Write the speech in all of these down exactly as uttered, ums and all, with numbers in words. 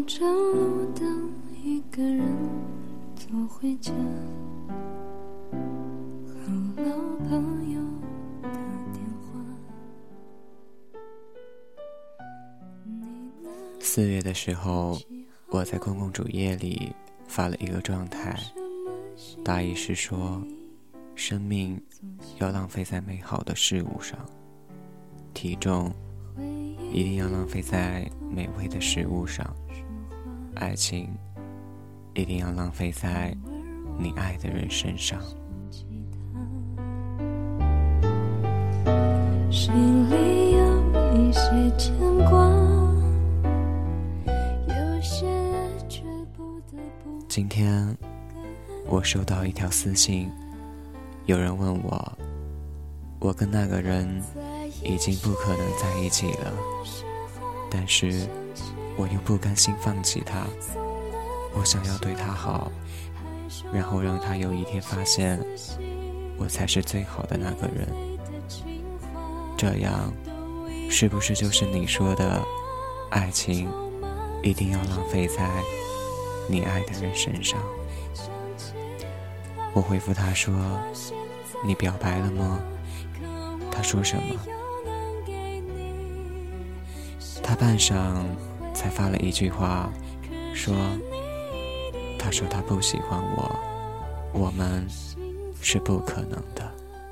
想找到一个人走回家，和老朋友打电话。 四月的时候，我在公共主页里发了一个状态，大意是说，生命要浪费在美好的事物上，体重一定要浪费在美味的食物上，爱情一定要浪费在你爱的人身上。 心里有一些牵挂，有些却不得不。 今天我收到一条私信，有人问我，我跟那个人已经不可能在一起了，但是我又不甘心放弃他，我想要对他好，然后让他有一天发现我才是最好的那个人。这样是不是就是你说的爱情一定要浪费在你爱的人身上？我回复他说，你表白了吗？他说什么？他半晌才发了一句话，说他说他不喜欢我，我们是不可能的。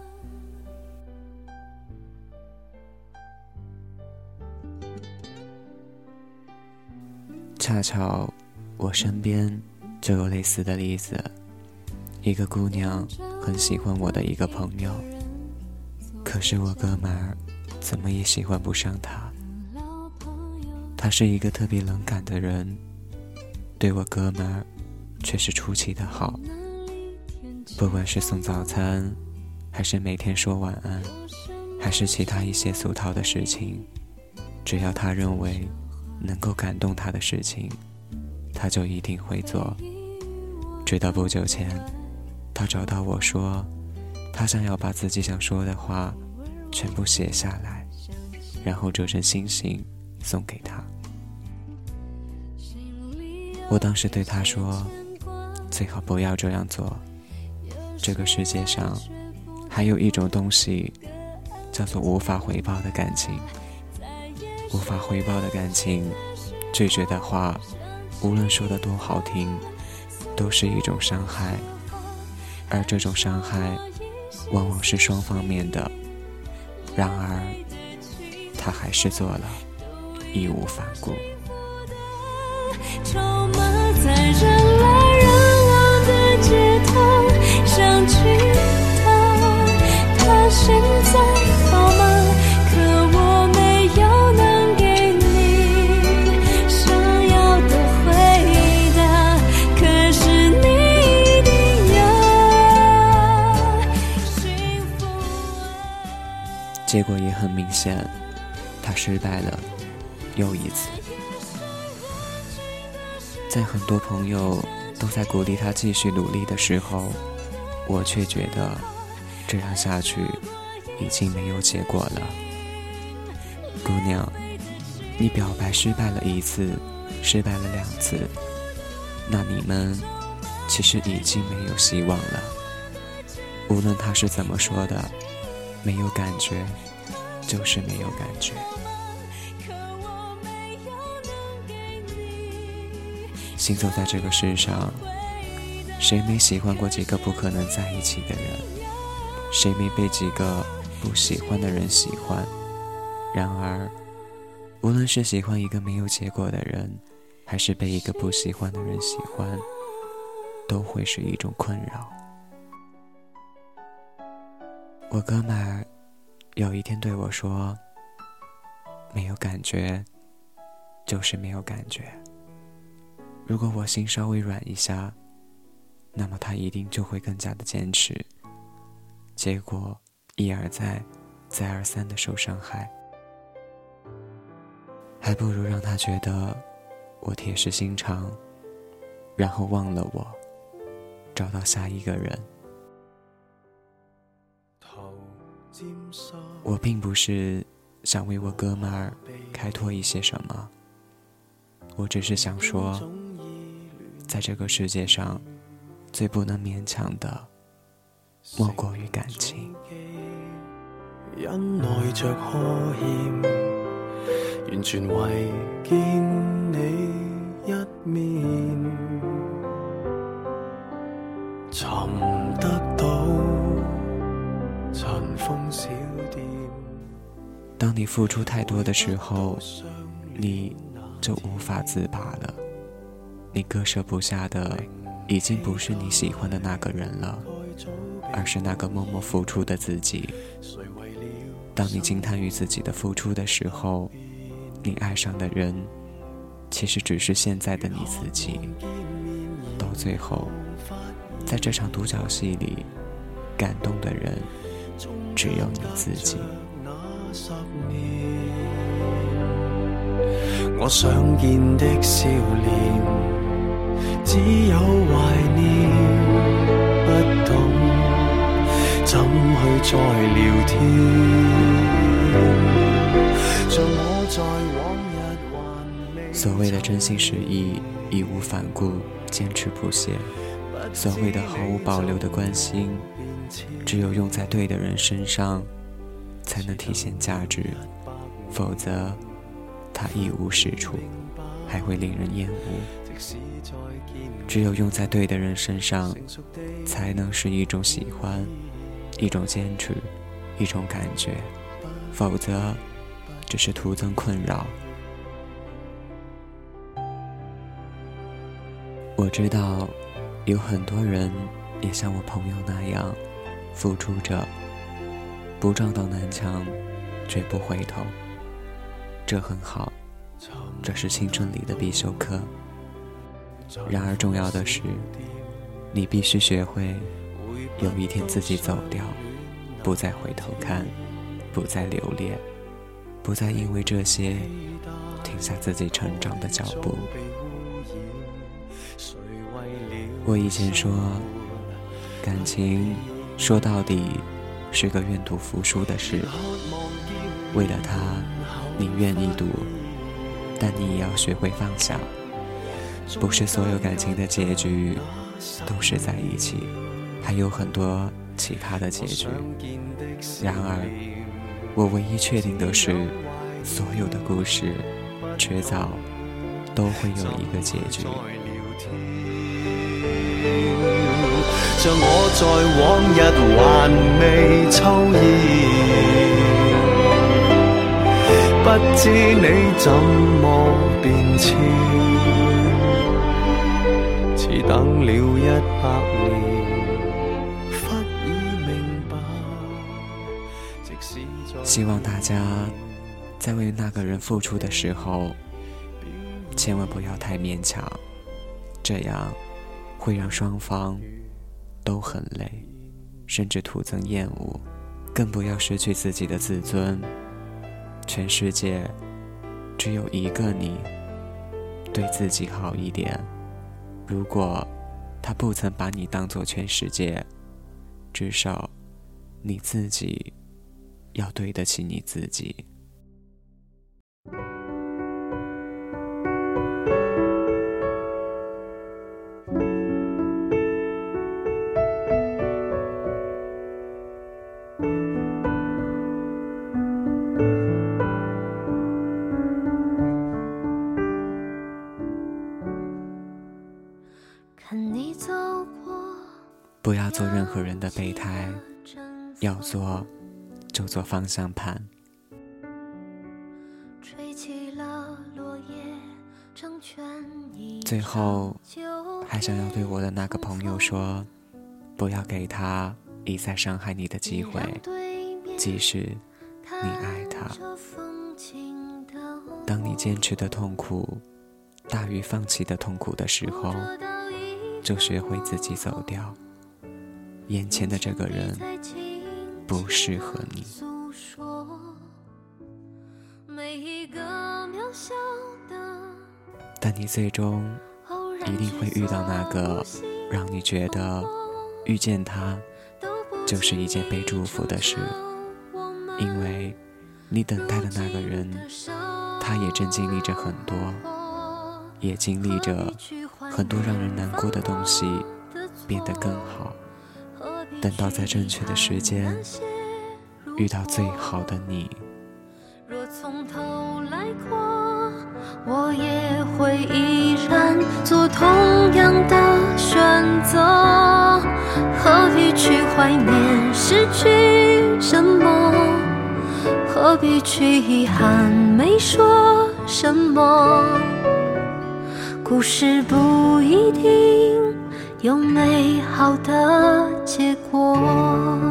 恰巧我身边就有类似的例子，一个姑娘很喜欢我的一个朋友，可是我哥们儿怎么也喜欢不上她。他是一个特别冷感的人，对我哥们儿却是出奇的好，不管是送早餐，还是每天说晚安，还是其他一些俗套的事情，只要他认为能够感动他的事情，他就一定会做。直到不久前，他找到我说，他想要把自己想说的话全部写下来，然后折成星星送给他。我当时对他说，最好不要这样做，这个世界上还有一种东西叫做无法回报的感情，无法回报的感情，拒绝的话无论说得多好听，都是一种伤害，而这种伤害往往是双方面的，然而他还是做了，义无反顾。 筹码在人来人往的街头，想起他，他现在好吗？可我没有能给你想要的回答，可是你一定要幸福啊。 结果也很明显，他失败了，又一次。在很多朋友都在鼓励他继续努力的时候，我却觉得这样下去已经没有结果了。姑娘，你表白失败了一次，失败了两次，那你们其实已经没有希望了。无论他是怎么说的，没有感觉就是没有感觉。行走在这个世上，谁没喜欢过几个不可能在一起的人？谁没被几个不喜欢的人喜欢？然而，无论是喜欢一个没有结果的人，还是被一个不喜欢的人喜欢，都会是一种困扰。我哥们儿有一天对我说，没有感觉就是没有感觉，如果我心稍微软一下，那么他一定就会更加的坚持，结果一而再再而三的受伤害，还不如让他觉得我铁石心肠，然后忘了我，找到下一个人。我并不是想为我哥们儿开脱一些什么， 我只是想说，在这个世界上最不能勉强的莫过于感情。 忍耐着呵欠，完全为见你一面，寻得到尘封小店。 当你付出太多的时候，你就无法自拔了。你割舍不下的已经不是你喜欢的那个人了，而是那个默默付出的自己。当你惊叹于自己的付出的时候，你爱上的人其实只是现在的你自己。到最后，在这场独角戏里，感动的人只有你自己。 我想見的笑臉，只有懷念，不懂怎去再聊天。像我在往日還未所謂的真心實意，義無反顧，堅持不懈；所謂的毫無保留的關心，只有用在對的人身上才能體現價值，否則它一無是處，還會令人厭惡。只有用在對的人身上，才能是一種喜歡，一種堅持，一種感覺，否則只是徒增困擾。我知道有很多人也像我朋友那樣付出着，不撞到南牆絕不回頭，這很好，這是青春裡的必修課。然而重要的是，你必須學會有一天自己走掉，不再回頭看，不再留戀，不再因為這些停下自己成長的腳步。我以前說，感情說到底是個願賭服輸的事，為了他你願意賭，但你也要學會放下。不是所有感情的結局都是在一起，還有很多其他的結局。然而我唯一確定的是，所有的故事遲早都會有一個結局。像我在往日還未抽煙，不知你怎麼變遷，似等了一百年，忽已明白。希望大家在為那個人付出的時候，千萬不要太勉強，這樣會讓雙方都很累，甚至徒增厭惡，更不要失去自己的自尊。全世界只有一個你，對自己好一點。如果他不曾把你當作全世界，至少你自己要對得起你自己。不要做任何人的備胎，要做就做方向盤。最後還想要對我的那個朋友說，不要給他一再傷害你的機會，即使你愛他。當你堅持的痛苦大於放棄的痛苦的時候，就學會自己走掉。眼前的這個人不適合你。但你最終一定會遇到那個讓你覺得遇見他就是一件被祝福的事，因為你等待的那個人他也正經歷着很多， 也经历着很多让人难过的东西变得更好。等到在正确的时间遇到最好的你。 若从头来过，我也会依然做同样的选择。何必去怀念失去什么？何必去遗憾没说什么？故事不一定有美好的结果。